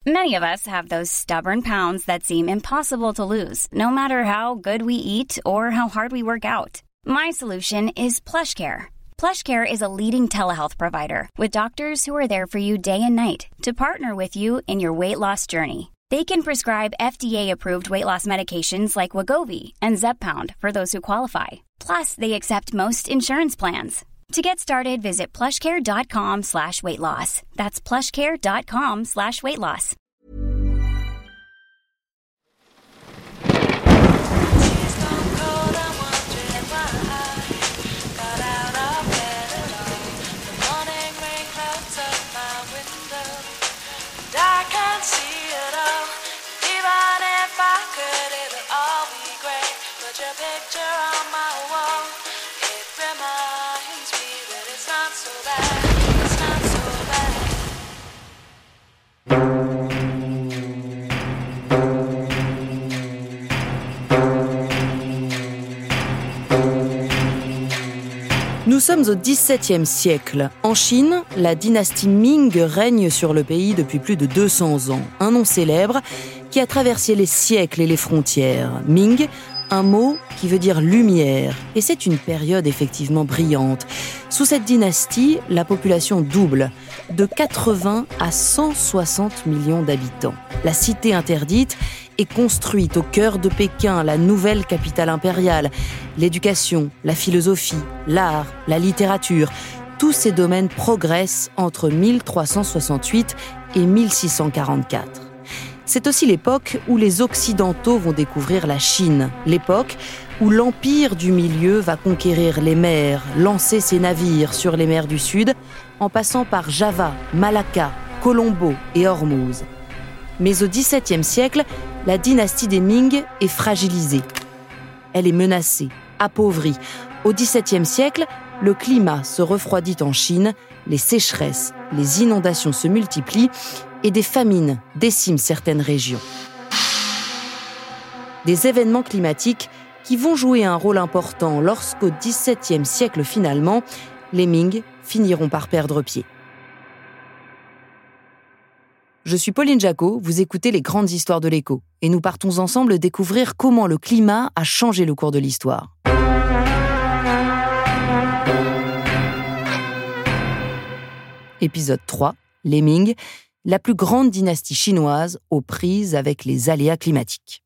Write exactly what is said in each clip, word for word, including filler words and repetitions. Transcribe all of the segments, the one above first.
Many of us have those stubborn pounds that seem impossible to lose, no matter how good we eat or how hard we work out. My solution is PlushCare. PlushCare is a leading telehealth provider with doctors who are there for you day and night to partner with you in your weight loss journey. They can prescribe F D A-approved weight loss medications like Wegovy and Zepbound for those who qualify. Plus, they accept most insurance plans. To get started, visit plushcare.com slash weight loss. That's plushcare.com slash weight loss. Nous sommes au dix-septième siècle. En Chine, la dynastie Ming règne sur le pays depuis plus de deux cents ans. Un nom célèbre qui a traversé les siècles et les frontières. Ming, un mot qui veut dire lumière. Et c'est une période effectivement brillante. Sous cette dynastie, la population double, de quatre-vingts à cent soixante millions d'habitants. La cité interdite est construite au cœur de Pékin, la nouvelle capitale impériale. L'éducation, la philosophie, l'art, la littérature, tous ces domaines progressent entre mille trois cent soixante-huit et mille six cent quarante-quatre. C'est aussi l'époque où les Occidentaux vont découvrir la Chine, l'époque où l'Empire du Milieu va conquérir les mers, lancer ses navires sur les mers du Sud, en passant par Java, Malacca, Colombo et Ormuz. Mais au dix-septième siècle, la dynastie des Ming est fragilisée. Elle est menacée, appauvrie. Au dix-septième siècle, le climat se refroidit en Chine, les sécheresses, les inondations se multiplient et des famines déciment certaines régions. Des événements climatiques qui vont jouer un rôle important lorsqu'au dix-septième siècle finalement, les Ming finiront par perdre pied. Je suis Pauline Jacot, vous écoutez Les Grandes Histoires de l'Écho, et nous partons ensemble découvrir comment le climat a changé le cours de l'histoire. Épisode trois, les Ming, la plus grande dynastie chinoise aux prises avec les aléas climatiques.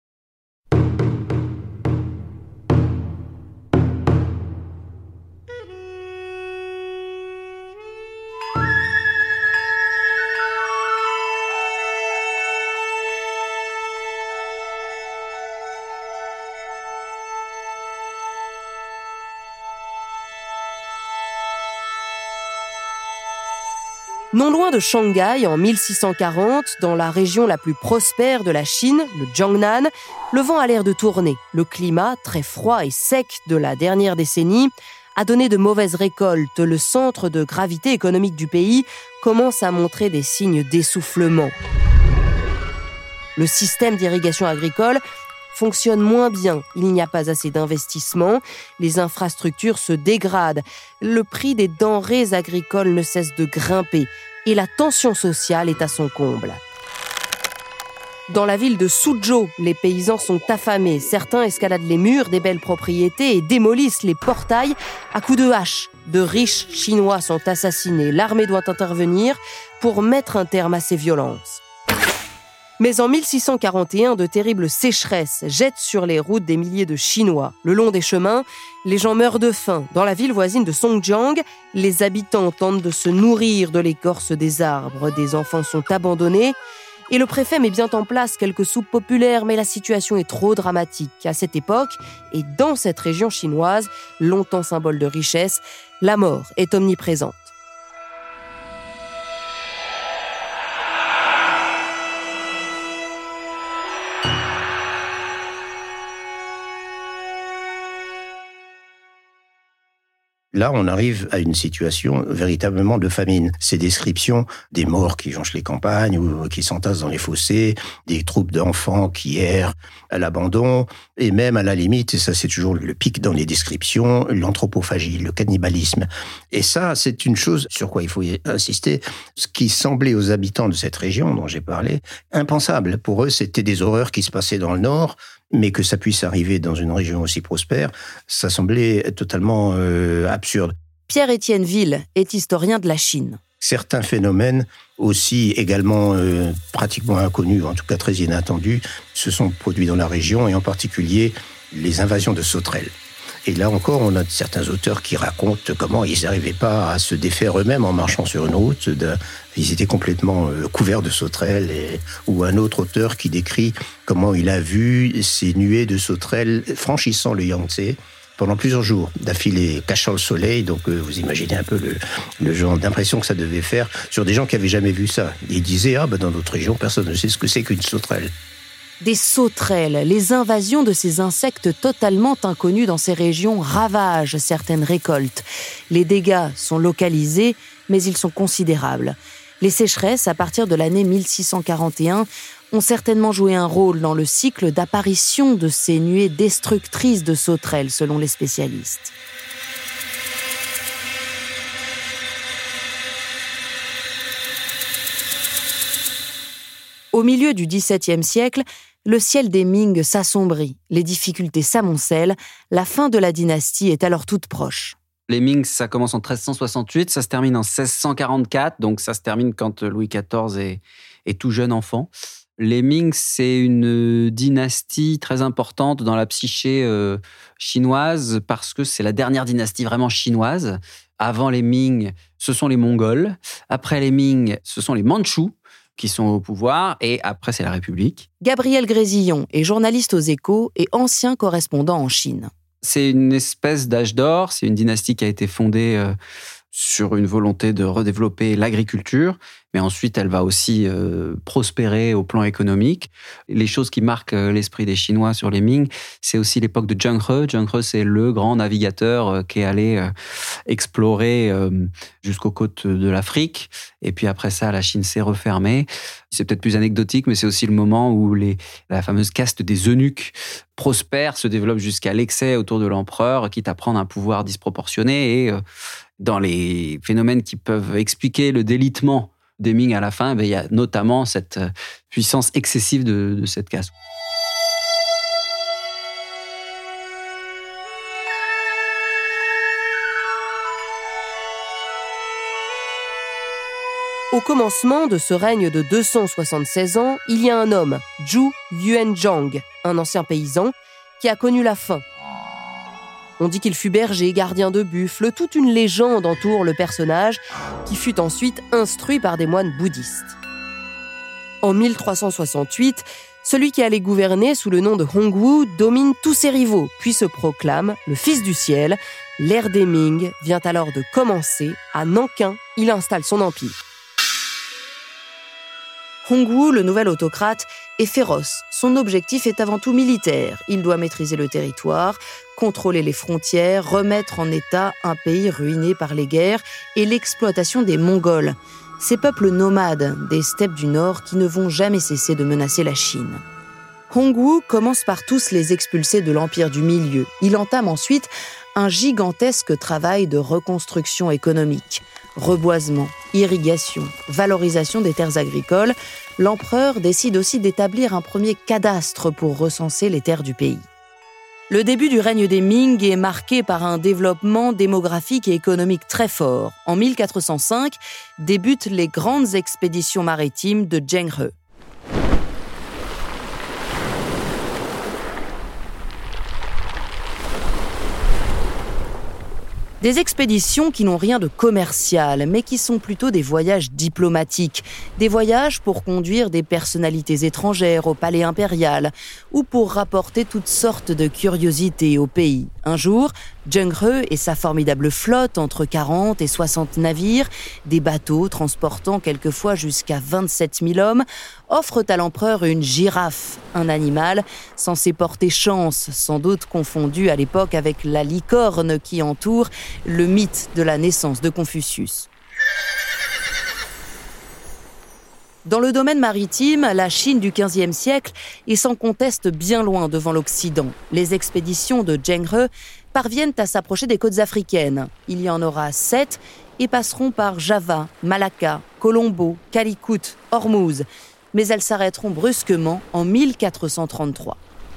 Non loin de Shanghai, en mille six cent quarante, dans la région la plus prospère de la Chine, le Jiangnan, le vent a l'air de tourner. Le climat, très froid et sec de la dernière décennie, a donné de mauvaises récoltes. Le centre de gravité économique du pays commence à montrer des signes d'essoufflement. Le système d'irrigation agricole fonctionne moins bien. Il n'y a pas assez d'investissements, les infrastructures se dégradent, le prix des denrées agricoles ne cesse de grimper et la tension sociale est à son comble. Dans la ville de Suzhou, les paysans sont affamés. Certains escaladent les murs des belles propriétés et démolissent les portails à coups de hache. De riches Chinois sont assassinés. L'armée doit intervenir pour mettre un terme à ces violences. Mais en mille six cent quarante et un, de terribles sécheresses jettent sur les routes des milliers de Chinois. Le long des chemins, les gens meurent de faim. Dans la ville voisine de Songjiang, les habitants tentent de se nourrir de l'écorce des arbres. Des enfants sont abandonnés et le préfet met bien en place quelques soupes populaires, mais la situation est trop dramatique. À cette époque, et dans cette région chinoise, longtemps symbole de richesse, la mort est omniprésente. Là, on arrive à une situation véritablement de famine. Ces descriptions des morts qui jonchent les campagnes ou qui s'entassent dans les fossés, des troupes d'enfants qui errent à l'abandon, et même à la limite, et ça c'est toujours le pic dans les descriptions, l'anthropophagie, le cannibalisme. Et ça, c'est une chose sur quoi il faut insister, ce qui semblait aux habitants de cette région dont j'ai parlé impensable. Pour eux, c'était des horreurs qui se passaient dans le nord, mais que ça puisse arriver dans une région aussi prospère, ça semblait totalement euh, absurde. Pierre-Étienne Ville est historien de la Chine. Certains phénomènes aussi également euh, pratiquement inconnus, en tout cas très inattendus, se sont produits dans la région, et en particulier les invasions de sauterelles. Et là encore, on a certains auteurs qui racontent comment ils n'arrivaient pas à se défaire eux-mêmes en marchant sur une route. De, ils étaient complètement euh, couverts de sauterelles. Et, ou un autre auteur qui décrit comment il a vu ces nuées de sauterelles franchissant le Yangtze pendant plusieurs jours d'affilée, cachant le soleil. Donc euh, vous imaginez un peu le, le genre d'impression que ça devait faire sur des gens qui n'avaient jamais vu ça. Ils disaient, ah ben dans notre région, personne ne sait ce que c'est qu'une sauterelle. Des sauterelles, les invasions de ces insectes totalement inconnus dans ces régions ravagent certaines récoltes. Les dégâts sont localisés, mais ils sont considérables. Les sécheresses, à partir de l'année mille six cent quarante et un, ont certainement joué un rôle dans le cycle d'apparition de ces nuées destructrices de sauterelles, selon les spécialistes. Au milieu du dix-septième siècle, le ciel des Ming s'assombrit, les difficultés s'amoncellent, la fin de la dynastie est alors toute proche. Les Ming, ça commence en treize cent soixante-huit, ça se termine en seize cent quarante-quatre, donc ça se termine quand Louis quatorze est, est tout jeune enfant. Les Ming, c'est une dynastie très importante dans la psyché euh, chinoise parce que c'est la dernière dynastie vraiment chinoise. Avant les Ming, ce sont les Mongols. Après les Ming, ce sont les Mandchous qui sont au pouvoir, et après, c'est la République. Gabriel Grésillon est journaliste aux Échos et ancien correspondant en Chine. C'est une espèce d'âge d'or, c'est une dynastie qui a été fondée euh, sur une volonté de redévelopper l'agriculture, mais ensuite, elle va aussi euh, prospérer au plan économique. Les choses qui marquent euh, l'esprit des Chinois sur les Ming, c'est aussi l'époque de Zheng He. Zheng He, c'est le grand navigateur euh, qui est allé euh, explorer euh, jusqu'aux côtes de l'Afrique. Et puis après ça, la Chine s'est refermée. C'est peut-être plus anecdotique, mais c'est aussi le moment où les, la fameuse caste des eunuques prospère, se développe jusqu'à l'excès autour de l'empereur, quitte à prendre un pouvoir disproportionné. Et euh, dans les phénomènes qui peuvent expliquer le délitement des Ming à la fin, ben, il y a notamment cette puissance excessive de, de cette caste. Au commencement de ce règne de deux cent soixante-seize ans, il y a un homme, Zhu Yuanzhang, un ancien paysan, qui a connu la faim. On dit qu'il fut berger, gardien de buffles, toute une légende entoure le personnage, qui fut ensuite instruit par des moines bouddhistes. En mille trois cent soixante-huit, celui qui allait gouverner sous le nom de Hongwu domine tous ses rivaux, puis se proclame le fils du ciel. L'ère des Ming vient alors de commencer. À Nankin, il installe son empire. Hongwu, le nouvel autocrate, est féroce. Son objectif est avant tout militaire. Il doit maîtriser le territoire, contrôler les frontières, remettre en état un pays ruiné par les guerres et l'exploitation des Mongols, ces peuples nomades des steppes du Nord qui ne vont jamais cesser de menacer la Chine. Hongwu commence par tous les expulser de l'Empire du Milieu. Il entame ensuite un gigantesque travail de reconstruction économique. Reboisement, irrigation, valorisation des terres agricoles, l'empereur décide aussi d'établir un premier cadastre pour recenser les terres du pays. Le début du règne des Ming est marqué par un développement démographique et économique très fort. En mille quatre cent cinq, débutent les grandes expéditions maritimes de Zheng He. Des expéditions qui n'ont rien de commercial, mais qui sont plutôt des voyages diplomatiques. Des voyages pour conduire des personnalités étrangères au palais impérial ou pour rapporter toutes sortes de curiosités au pays. Un jour, Zheng He et sa formidable flotte, entre quarante et soixante navires, des bateaux transportant quelquefois jusqu'à vingt-sept mille hommes, offrent à l'empereur une girafe, un animal censé porter chance, sans doute confondu à l'époque avec la licorne qui entoure le mythe de la naissance de Confucius. Dans le domaine maritime, la Chine du quinzième siècle est sans conteste bien loin devant l'Occident. Les expéditions de Zheng He parviennent à s'approcher des côtes africaines. Il y en aura sept et passeront par Java, Malacca, Colombo, Calicut, Ormuz. Mais elles s'arrêteront brusquement en mille quatre cent trente-trois.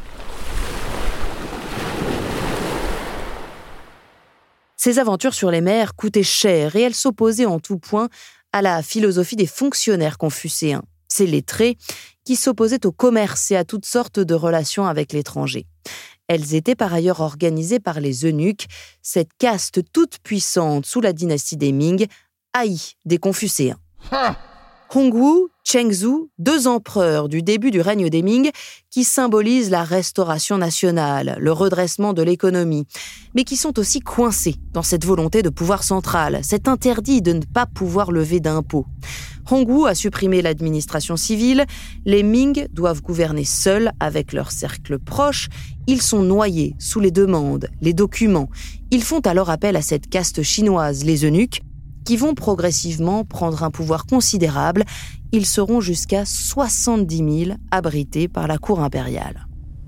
Ces aventures sur les mers coûtaient cher et elles s'opposaient en tout point à la philosophie des fonctionnaires confucéens, ces lettrés qui s'opposaient au commerce et à toutes sortes de relations avec l'étranger. Elles étaient par ailleurs organisées par les eunuques, cette caste toute puissante sous la dynastie des Ming, haïe des Confucéens. Hongwu, Chengzu, deux empereurs du début du règne des Ming qui symbolisent la restauration nationale, le redressement de l'économie, mais qui sont aussi coincés dans cette volonté de pouvoir central, cet interdit de ne pas pouvoir lever d'impôts. Hongwu a supprimé l'administration civile, les Ming doivent gouverner seuls avec leur cercle proche, ils sont noyés sous les demandes, les documents. Ils font alors appel à cette caste chinoise, les eunuques, qui vont progressivement prendre un pouvoir considérable. Ils seront jusqu'à soixante-dix mille abrités par la cour impériale.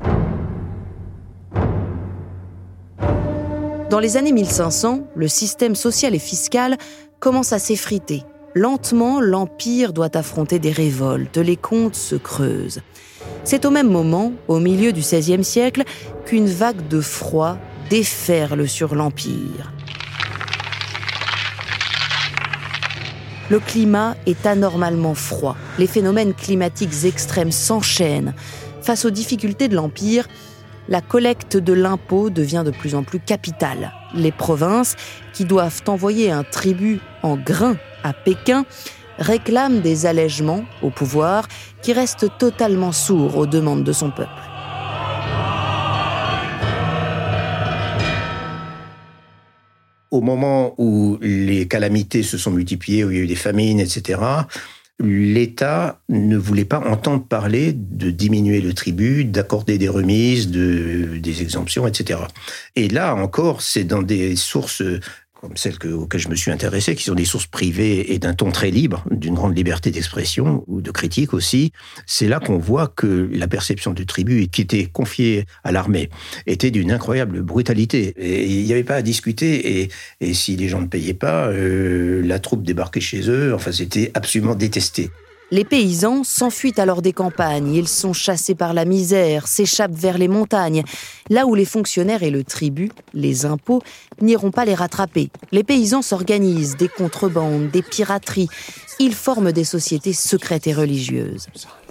Dans les années mille cinq cents, le système social et fiscal commence à s'effriter. Lentement, l'Empire doit affronter des révoltes, les comptes se creusent. C'est au même moment, au milieu du seizième siècle, qu'une vague de froid déferle sur l'Empire. Le climat est anormalement froid. Les phénomènes climatiques extrêmes s'enchaînent. Face aux difficultés de l'Empire, la collecte de l'impôt devient de plus en plus capitale. Les provinces, qui doivent envoyer un tribut en grains à Pékin, réclament des allègements au pouvoir qui reste totalement sourd aux demandes de son peuple. Au moment où les calamités se sont multipliées, où il y a eu des famines, et cetera, l'État ne voulait pas entendre parler de diminuer le tribut, d'accorder des remises, de, des exemptions, et cetera. Et là encore, c'est dans des sources comme celles que, auxquelles je me suis intéressé, qui sont des sources privées et d'un ton très libre, d'une grande liberté d'expression ou de critique aussi. C'est là qu'on voit que la perception du tribut qui était confiée à l'armée était d'une incroyable brutalité. Et il n'y avait pas à discuter. Et, et si les gens ne payaient pas, euh, la troupe débarquait chez eux. Enfin, c'était absolument détesté. Les paysans s'enfuient alors des campagnes, ils sont chassés par la misère, s'échappent vers les montagnes, là où les fonctionnaires et le tribut, les impôts, n'iront pas les rattraper. Les paysans s'organisent, des contrebandes, des pirateries, ils forment des sociétés secrètes et religieuses.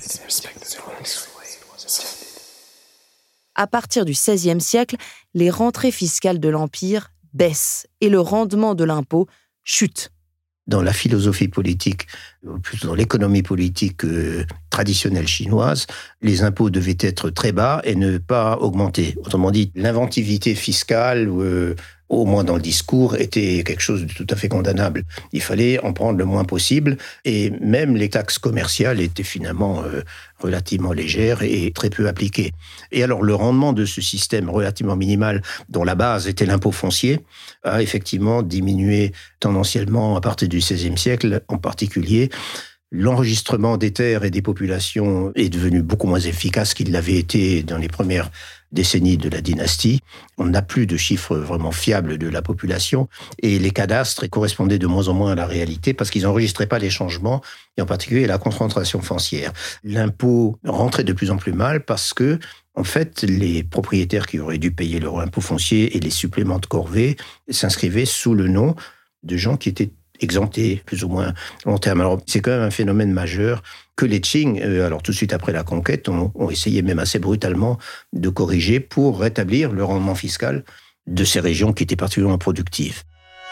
À partir du seizième siècle, les rentrées fiscales de l'Empire baissent et le rendement de l'impôt chute. Dans la philosophie politique, plutôt dans l'économie politique euh, traditionnelle chinoise, les impôts devaient être très bas et ne pas augmenter. Autrement dit, l'inventivité fiscale, euh, au moins dans le discours, était quelque chose de tout à fait condamnable. Il fallait en prendre le moins possible et même les taxes commerciales étaient finalement euh, relativement légères et très peu appliquées. Et alors le rendement de ce système relativement minimal, dont la base était l'impôt foncier, a effectivement diminué tendanciellement à partir du seizième siècle en particulier. L'enregistrement des terres et des populations est devenu beaucoup moins efficace qu'il l'avait été dans les premières décennies de la dynastie. On n'a plus de chiffres vraiment fiables de la population et les cadastres correspondaient de moins en moins à la réalité parce qu'ils n'enregistraient pas les changements et en particulier la concentration foncière. L'impôt rentrait de plus en plus mal parce que, en fait, les propriétaires qui auraient dû payer leur impôt foncier et les suppléments de corvée s'inscrivaient sous le nom de gens qui étaient exemptés plus ou moins long terme. Alors, c'est quand même un phénomène majeur que les Qing, euh, alors tout de suite après la conquête, ont, ont essayé même assez brutalement de corriger pour rétablir le rendement fiscal de ces régions qui étaient particulièrement productives.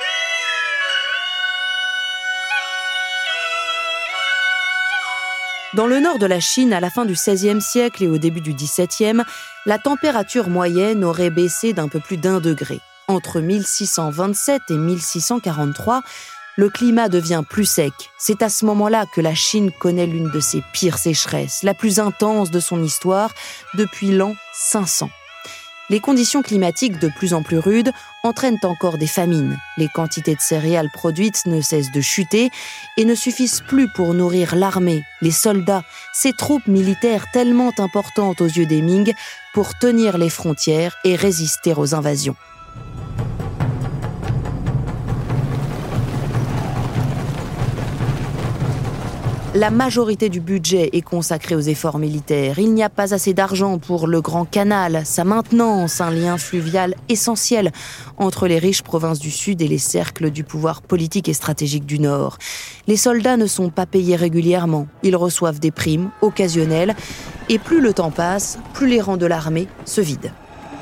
Dans le nord de la Chine, à la fin du seizième siècle et au début du dix-septième, la température moyenne aurait baissé d'un peu plus d'un degré. Entre mille six cent vingt-sept et mille six cent quarante-trois, le climat devient plus sec. C'est à ce moment-là que la Chine connaît l'une de ses pires sécheresses, la plus intense de son histoire depuis l'an cinq cents. Les conditions climatiques de plus en plus rudes entraînent encore des famines. Les quantités de céréales produites ne cessent de chuter et ne suffisent plus pour nourrir l'armée, les soldats, ces troupes militaires tellement importantes aux yeux des Ming pour tenir les frontières et résister aux invasions. La majorité du budget est consacrée aux efforts militaires. Il n'y a pas assez d'argent pour le Grand Canal, sa maintenance, un lien fluvial essentiel entre les riches provinces du Sud et les cercles du pouvoir politique et stratégique du Nord. Les soldats ne sont pas payés régulièrement. Ils reçoivent des primes occasionnelles. Et plus le temps passe, plus les rangs de l'armée se vident.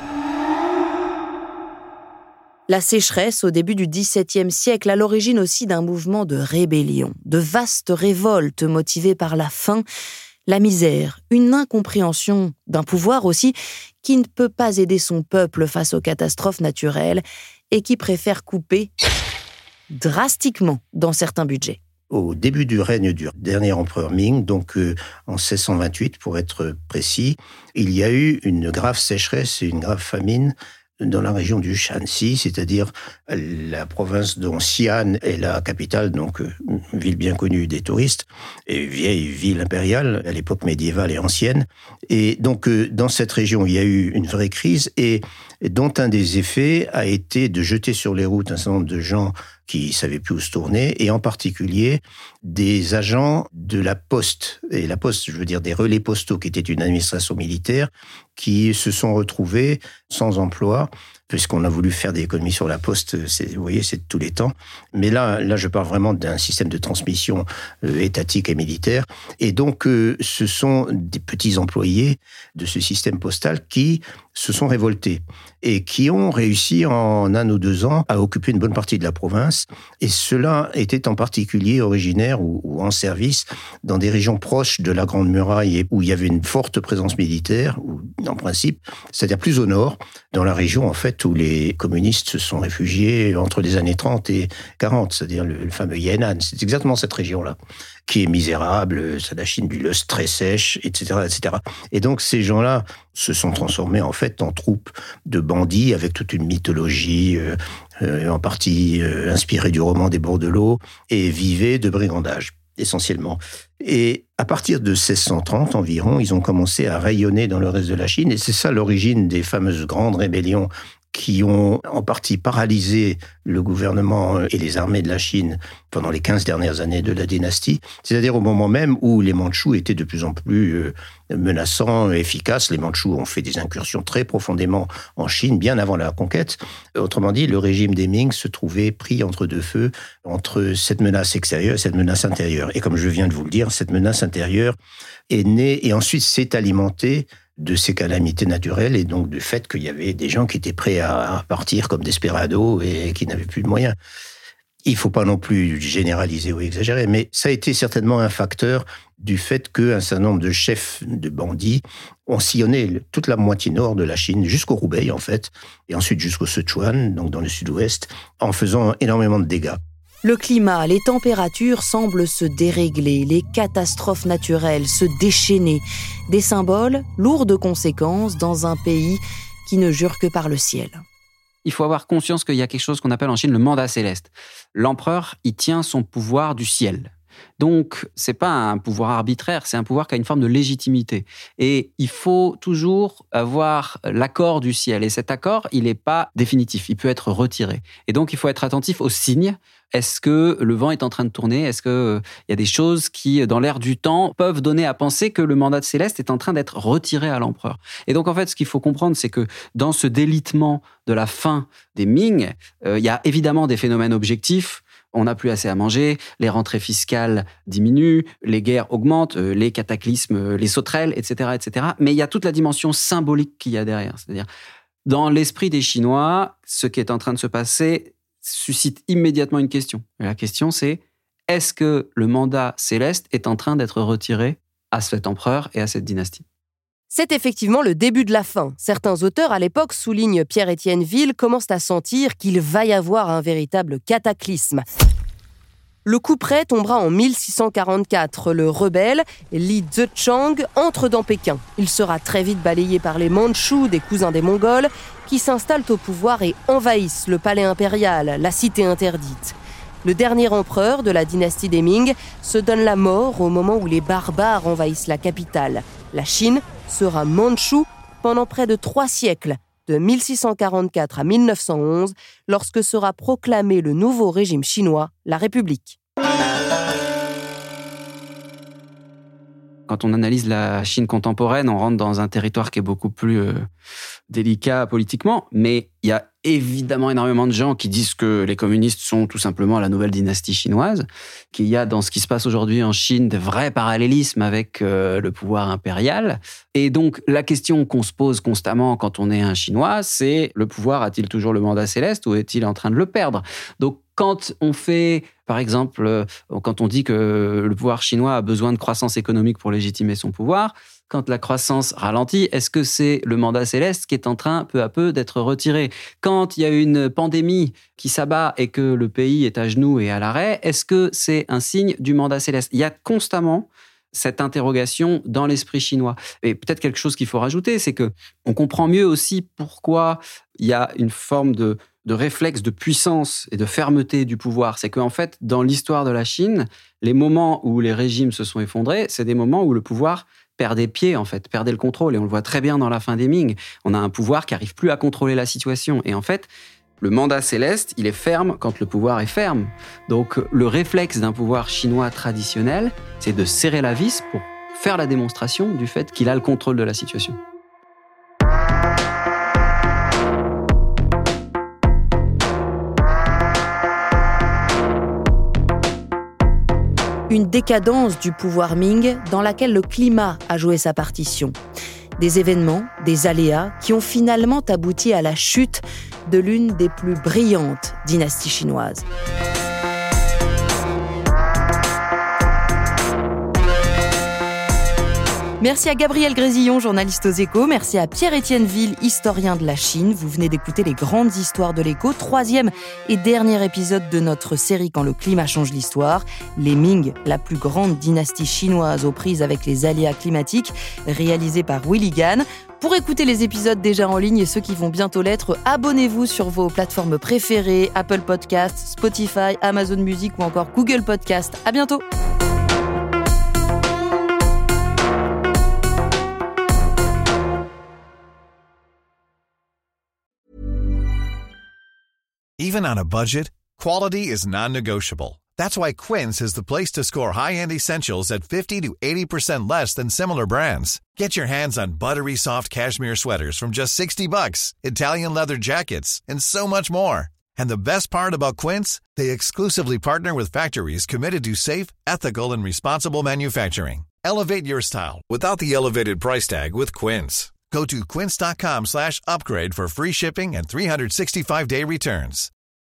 La sécheresse, au début du dix-septième siècle, à l'origine aussi d'un mouvement de rébellion, de vastes révoltes motivées par la faim, la misère, une incompréhension d'un pouvoir aussi qui ne peut pas aider son peuple face aux catastrophes naturelles et qui préfère couper drastiquement dans certains budgets. Au début du règne du dernier empereur Ming, donc euh, en seize cent vingt-huit pour être précis, il y a eu une grave sécheresse et une grave famine dans la région du Shanxi, c'est-à-dire la province dont Xi'an est la capitale, donc une ville bien connue des touristes, et vieille ville impériale à l'époque médiévale et ancienne. Et donc dans cette région, il y a eu une vraie crise et dont un des effets a été de jeter sur les routes un certain nombre de gens qui ne savaient plus où se tourner, et en particulier des agents de la Poste. Et la Poste, je veux dire des relais postaux, qui était une administration militaire, qui se sont retrouvés sans emploi, puisqu'on a voulu faire des économies sur la Poste, c'est, vous voyez, c'est de tous les temps. Mais là, là, je parle vraiment d'un système de transmission euh, étatique et militaire. Et donc, euh, ce sont des petits employés de ce système postal qui se sont révoltés et qui ont réussi en un ou deux ans à occuper une bonne partie de la province. Et cela était en particulier originaire ou, ou en service dans des régions proches de la Grande Muraille et où il y avait une forte présence militaire, ou, en principe, c'est-à-dire plus au nord, dans la région en fait où les communistes se sont réfugiés entre les années trente et quarante, c'est-à-dire le, le fameux Yan'an. C'est exactement cette région-là qui est misérable, c'est la Chine du Lust très sèche, et cetera, et cetera. Et donc ces gens-là se sont transformés en fait en troupes de bandits avec toute une mythologie euh, euh, en partie euh, inspirée du roman des Bordelot et vivaient de brigandage essentiellement. Et à partir de seize cent trente environ, ils ont commencé à rayonner dans le reste de la Chine et c'est ça l'origine des fameuses grandes rébellions qui ont en partie paralysé le gouvernement et les armées de la Chine pendant les quinze dernières années de la dynastie, c'est-à-dire au moment même où les Mandchous étaient de plus en plus menaçants, efficaces. Les Mandchous ont fait des incursions très profondément en Chine, bien avant la conquête. Autrement dit, le régime des Ming se trouvait pris entre deux feux, entre cette menace extérieure et cette menace intérieure. Et comme je viens de vous le dire, cette menace intérieure est née et ensuite s'est alimentée de ces calamités naturelles et donc du fait qu'il y avait des gens qui étaient prêts à partir comme desperados et qui n'avaient plus de moyens. Il ne faut pas non plus généraliser ou exagérer, mais ça a été certainement un facteur du fait qu'un certain nombre de chefs de bandits ont sillonné toute la moitié nord de la Chine, jusqu'au Hubei en fait, et ensuite jusqu'au Sichuan, donc dans le sud-ouest, en faisant énormément de dégâts. Le climat, les températures semblent se dérégler, les catastrophes naturelles se déchaîner. Des symboles lourds de conséquences dans un pays qui ne jure que par le ciel. Il faut avoir conscience qu'il y a quelque chose qu'on appelle en Chine le mandat céleste. L'empereur, il tient son pouvoir du ciel. Donc, c'est pas un pouvoir arbitraire, c'est un pouvoir qui a une forme de légitimité. Et il faut toujours avoir l'accord du ciel. Et cet accord, il n'est pas définitif, il peut être retiré. Et donc, il faut être attentif aux signes. Est-ce que le vent est en train de tourner ? Est-ce qu'il y a des choses qui, dans l'air du temps, peuvent donner à penser que le mandat céleste est en train d'être retiré à l'empereur ? Et donc, en fait, ce qu'il faut comprendre, c'est que dans ce délitement de la fin des Ming, euh, il y a évidemment des phénomènes objectifs. On n'a plus assez à manger, les rentrées fiscales diminuent, les guerres augmentent, les cataclysmes, les sauterelles, et cetera, et cetera. Mais il y a toute la dimension symbolique qu'il y a derrière. C'est-à-dire, dans l'esprit des Chinois, ce qui est en train de se passer suscite immédiatement une question. Et la question, c'est est-ce que le mandat céleste est en train d'être retiré à cet empereur et à cette dynastie ? C'est effectivement le début de la fin. Certains auteurs, à l'époque, soulignent Pierre-Étienne Ville, commencent à sentir qu'il va y avoir un véritable cataclysme. Le coup près tombera en mille six cent quarante-quatre. Le rebelle, Li Zichang, entre dans Pékin. Il sera très vite balayé par les Mandchous, des cousins des Mongols, qui s'installent au pouvoir et envahissent le palais impérial, la cité interdite. Le dernier empereur de la dynastie des Ming se donne la mort au moment où les barbares envahissent la capitale. La Chine sera mandchoue pendant près de trois siècles, de mille six cent quarante-quatre à mille neuf cent onze, lorsque sera proclamé le nouveau régime chinois, la République. Quand on analyse la Chine contemporaine, on rentre dans un territoire qui est beaucoup plus euh, délicat politiquement, mais il y a évidemment énormément de gens qui disent que les communistes sont tout simplement la nouvelle dynastie chinoise, qu'il y a dans ce qui se passe aujourd'hui en Chine de vrais parallélismes avec euh, le pouvoir impérial. Et donc, la question qu'on se pose constamment quand on est un Chinois, c'est le pouvoir a-t-il toujours le mandat céleste ou est-il en train de le perdre ? Donc, quand on fait, par exemple, quand on dit que le pouvoir chinois a besoin de croissance économique pour légitimer son pouvoir, quand la croissance ralentit, est-ce que c'est le mandat céleste qui est en train, peu à peu, d'être retiré ? Quand il y a une pandémie qui s'abat et que le pays est à genoux et à l'arrêt, est-ce que c'est un signe du mandat céleste ? Il y a constamment cette interrogation dans l'esprit chinois. Et peut-être quelque chose qu'il faut rajouter, c'est que on comprend mieux aussi pourquoi il y a une forme de de réflexe de puissance et de fermeté du pouvoir. C'est qu'en fait, dans l'histoire de la Chine, les moments où les régimes se sont effondrés, c'est des moments où le pouvoir perdait pied, en fait, perdait le contrôle. Et on le voit très bien dans la fin des Ming. On a un pouvoir qui n'arrive plus à contrôler la situation. Et en fait, le mandat céleste, il est ferme quand le pouvoir est ferme. Donc, le réflexe d'un pouvoir chinois traditionnel, c'est de serrer la vis pour faire la démonstration du fait qu'il a le contrôle de la situation. Une décadence du pouvoir Ming dans laquelle le climat a joué sa partition. Des événements, des aléas qui ont finalement abouti à la chute de l'une des plus brillantes dynasties chinoises. Merci à Gabriel Grésillon, journaliste aux Échos. Merci à Pierre-Étienne Ville, historien de la Chine. Vous venez d'écouter les grandes histoires de l'Écho, troisième et dernier épisode de notre série Quand le climat change l'histoire. Les Ming, la plus grande dynastie chinoise aux prises avec les aléas climatiques, réalisée par Willy Gann. Pour écouter les épisodes déjà en ligne et ceux qui vont bientôt l'être, abonnez-vous sur vos plateformes préférées, Apple Podcasts, Spotify, Amazon Music ou encore Google Podcasts. À bientôt! Even on a budget, quality is non-negotiable. That's why Quince is the place to score high-end essentials at fifty to eighty percent less than similar brands. Get your hands on buttery soft cashmere sweaters from just sixty bucks, Italian leather jackets, and so much more. And the best part about Quince, they exclusively partner with factories committed to safe, ethical, and responsible manufacturing. Elevate your style without the elevated price tag with Quince. Go to quince.com slash upgrade for free shipping and three sixty-five day returns.